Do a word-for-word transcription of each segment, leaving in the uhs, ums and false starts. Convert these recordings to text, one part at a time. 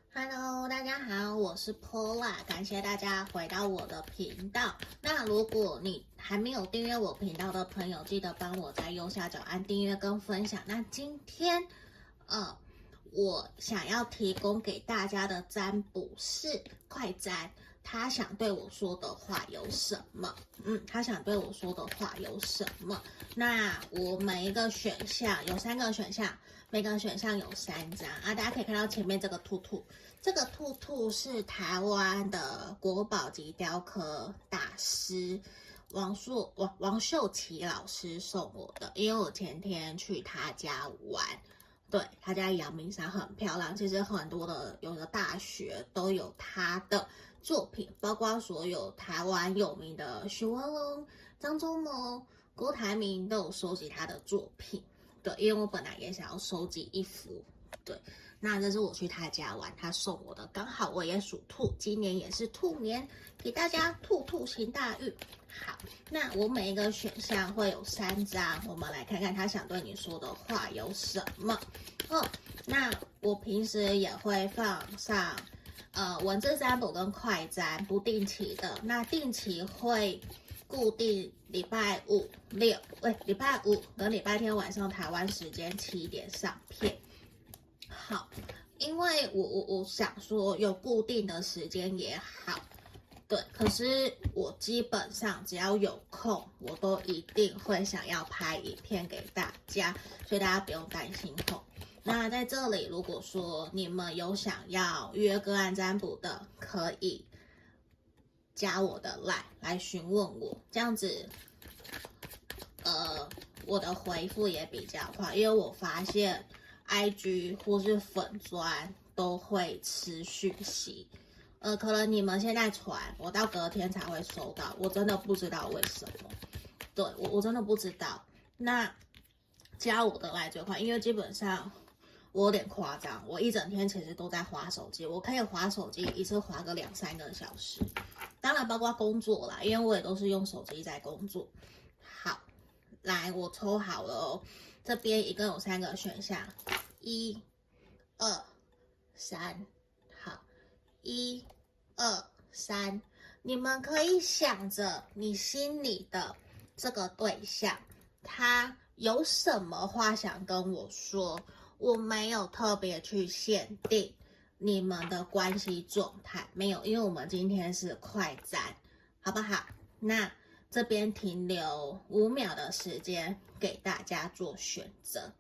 Hello，大家好，我是 Paula，感谢大家回到我的频道。那如果你还没有订阅我频道的朋友，记得帮我在右下角按订阅跟分享。那今天，呃，我想要提供给大家的占卜是快占。他想对我说的话有什么？嗯，他想对我说的话有什么？那我每一个选项有三个选项，每个选项有三张啊。大家可以看到前面这个兔兔，这个兔兔是台湾的国宝级雕刻大师王硕王王秀琪老师送我的，因为我前天去他家玩。对，他家阳明山很漂亮，其实很多的有的大学都有他的作品，包括所有台湾有名的许文龙、张忠谋、郭台铭都有收集他的作品。对，因为我本来也想要收集一幅。对，那这是我去他家玩，他送我的，刚好我也属兔，今年也是兔年，给大家兔兔行大运。好，那我每一个选项会有三张，我们来看看他想对你说的话有什么。哦，那我平时也会放上呃文字占卜跟快占，不定期的。那定期会固定礼拜五六，喂，礼拜五跟礼拜天晚上台湾时间七点上片。好，因为我我我想说有固定的时间也好。对，可是我基本上只要有空，我都一定会想要拍影片给大家，所以大家不用担心吼。那在这里，如果说你们有想要约个案占卜的，可以加我的 LINE 来询问我，这样子，呃，我的回复也比较快，因为我发现 I G 或是粉专都会吃讯息。呃，可能你们现在传，我到隔天才会收到，我真的不知道为什么。对，我我真的不知道。那加我的来最快，因为基本上我有点夸张，我一整天其实都在滑手机，我可以滑手机一次滑个两三个小时。当然包括工作啦，因为我也都是用手机在工作。好，来，我抽好了哦，这边一共有三个选项，一、二、三。一、二、三，你们可以想着你心里的这个对象，他有什么话想跟我说？我没有特别去限定你们的关系状态，没有，因为我们今天是快占，好不好？那这边停留五秒的时间给大家做选择。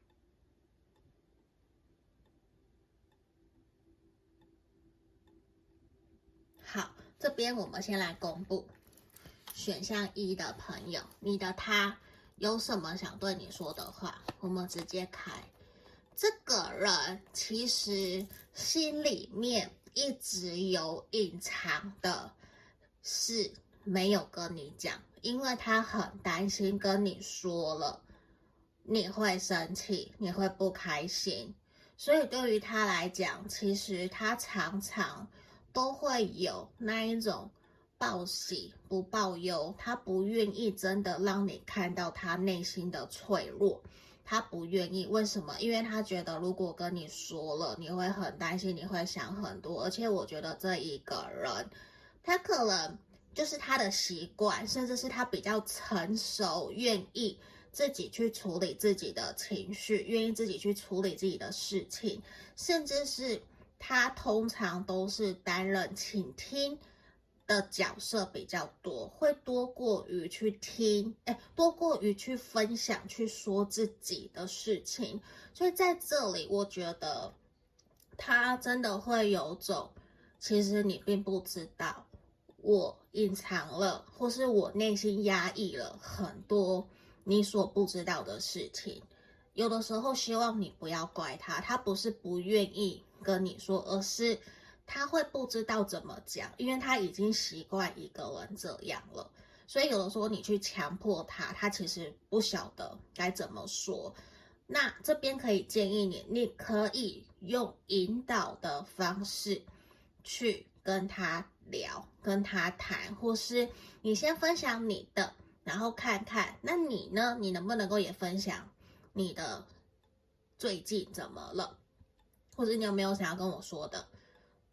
好，这边我们先来公布选项一的朋友，你的他有什么想对你说的话？我们直接开。这个人其实心里面一直有隐藏的事没有跟你讲，因为他很担心跟你说了你会生气，你会不开心，所以对于他来讲，其实他常常都会有那一种报喜不报忧，他不愿意真的让你看到他内心的脆弱，他不愿意。为什么？因为他觉得如果跟你说了，你会很担心，你会想很多。而且我觉得这一个人，他可能就是他的习惯，甚至是他比较成熟，愿意自己去处理自己的情绪，愿意自己去处理自己的事情，甚至是他通常都是担任倾听的角色比较多，会多过于去听，哎，多过于去分享、去说自己的事情。所以在这里，我觉得他真的会有种，其实你并不知道，我隐藏了，或是我内心压抑了很多你所不知道的事情。有的时候希望你不要怪他，他不是不愿意跟你说，而是他会不知道怎么讲，因为他已经习惯一个人这样了。所以有的时候你去强迫他，他其实不晓得该怎么说。那这边可以建议你，你可以用引导的方式去跟他聊，跟他谈，或是你先分享你的，然后看看，那你呢？你能不能够也分享你的最近怎么了，或者你有没有想要跟我说的？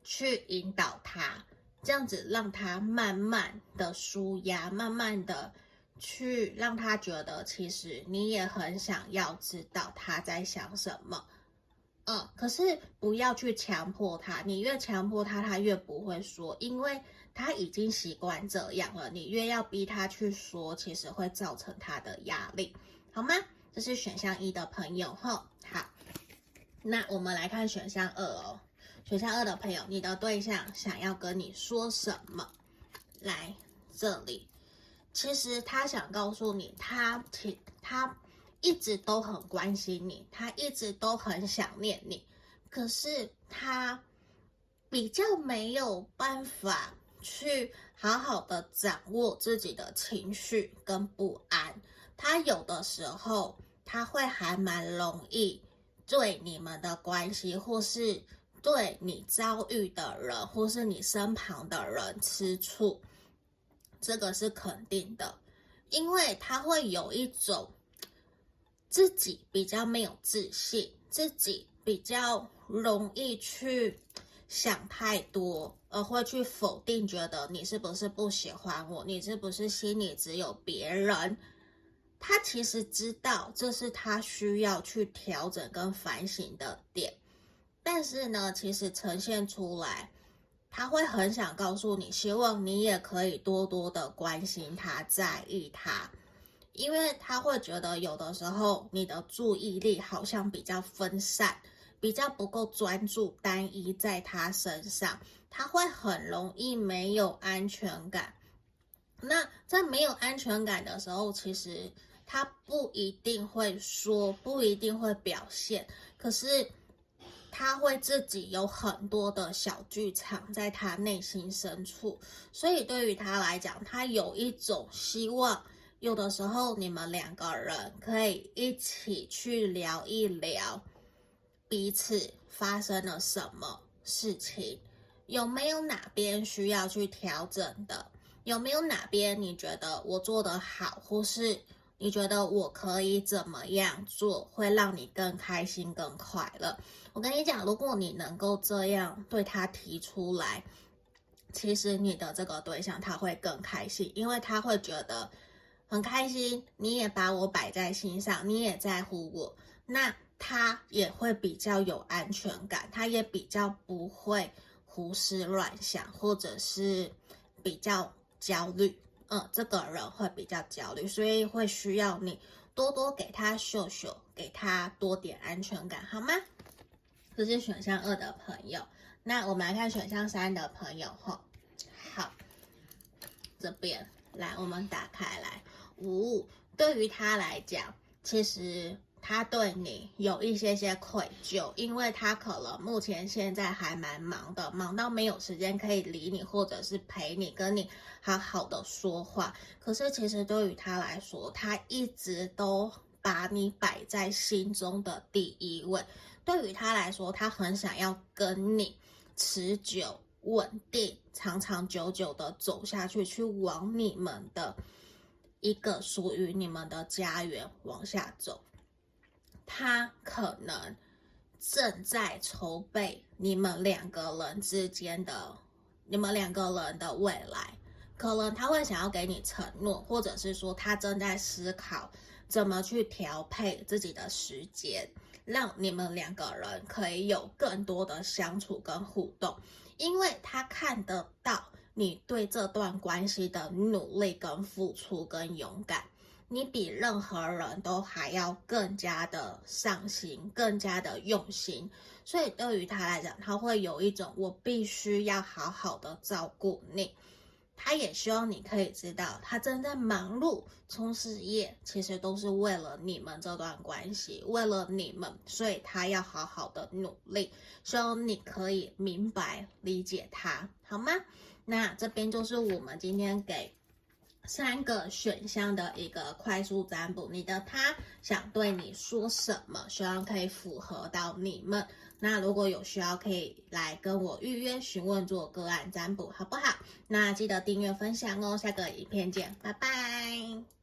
去引导他，这样子让他慢慢的抒压，慢慢的去让他觉得其实你也很想要知道他在想什么。嗯，可是不要去强迫他，你越强迫他，他越不会说，因为他已经习惯这样了，你越要逼他去说，其实会造成他的压力，好吗？这是选项一的朋友吼。好，那我们来看选项二哦。选项二的朋友，你的对象想要跟你说什么？来这里，其实他想告诉你，他其他一直都很关心你，他一直都很想念你，可是他比较没有办法去好好的掌握自己的情绪跟不安。他有的时候他会还蛮容易对你们的关系，或是对你遭遇的人，或是你身旁的人吃醋，这个是肯定的，因为他会有一种自己比较没有自信，自己比较容易去想太多，而会去否定，觉得你是不是不喜欢我，你是不是心里只有别人。他其实知道这是他需要去调整跟反省的点，但是呢，其实呈现出来，他会很想告诉你，希望你也可以多多的关心他，在意他，因为他会觉得有的时候你的注意力好像比较分散，比较不够专注单一在他身上，他会很容易没有安全感。那在没有安全感的时候，其实他不一定会说，不一定会表现，可是他会自己有很多的小剧场在他内心深处，所以对于他来讲，他有一种希望，有的时候你们两个人可以一起去聊一聊彼此发生了什么事情，有没有哪边需要去调整的，有没有哪边你觉得我做得好，或是你觉得我可以怎么样做会让你更开心更快乐。我跟你讲，如果你能够这样对他提出来，其实你的这个对象他会更开心，因为他会觉得很开心，你也把我摆在心上，你也在乎我，那他也会比较有安全感，他也比较不会胡思乱想，或者是比较焦虑。嗯，这个人会比较焦虑，所以会需要你多多给他秀秀，给他多点安全感，好吗？这是选项二的朋友。那我们来看选项三的朋友吼。好，这边来我们打开来。五，对于他来讲，其实他对你有一些些愧疚，因为他可能目前现在还蛮忙的，忙到没有时间可以理你，或者是陪你，跟你好好的说话。可是其实对于他来说，他一直都把你摆在心中的第一位。对于他来说，他很想要跟你持久、稳定、长长久久的走下去，去往你们的一个属于你们的家园往下走。他可能正在筹备你们两个人之间的你们两个人的未来，可能他会想要给你承诺，或者是说他正在思考怎么去调配自己的时间，让你们两个人可以有更多的相处跟互动，因为他看得到你对这段关系的努力跟付出跟勇敢，你比任何人都还要更加的上心，更加的用心，所以对于他来讲，他会有一种我必须要好好的照顾你。他也希望你可以知道，他正在忙碌冲事业，其实都是为了你们这段关系，为了你们，所以他要好好的努力，希望你可以明白理解他，好吗？那这边就是我们今天给三个选项的一个快速占卜，你的他想对你说什么，希望可以符合到你们。那如果有需要，可以来跟我预约询问做个案占卜，好不好？那记得订阅分享哦，下个影片见，拜拜。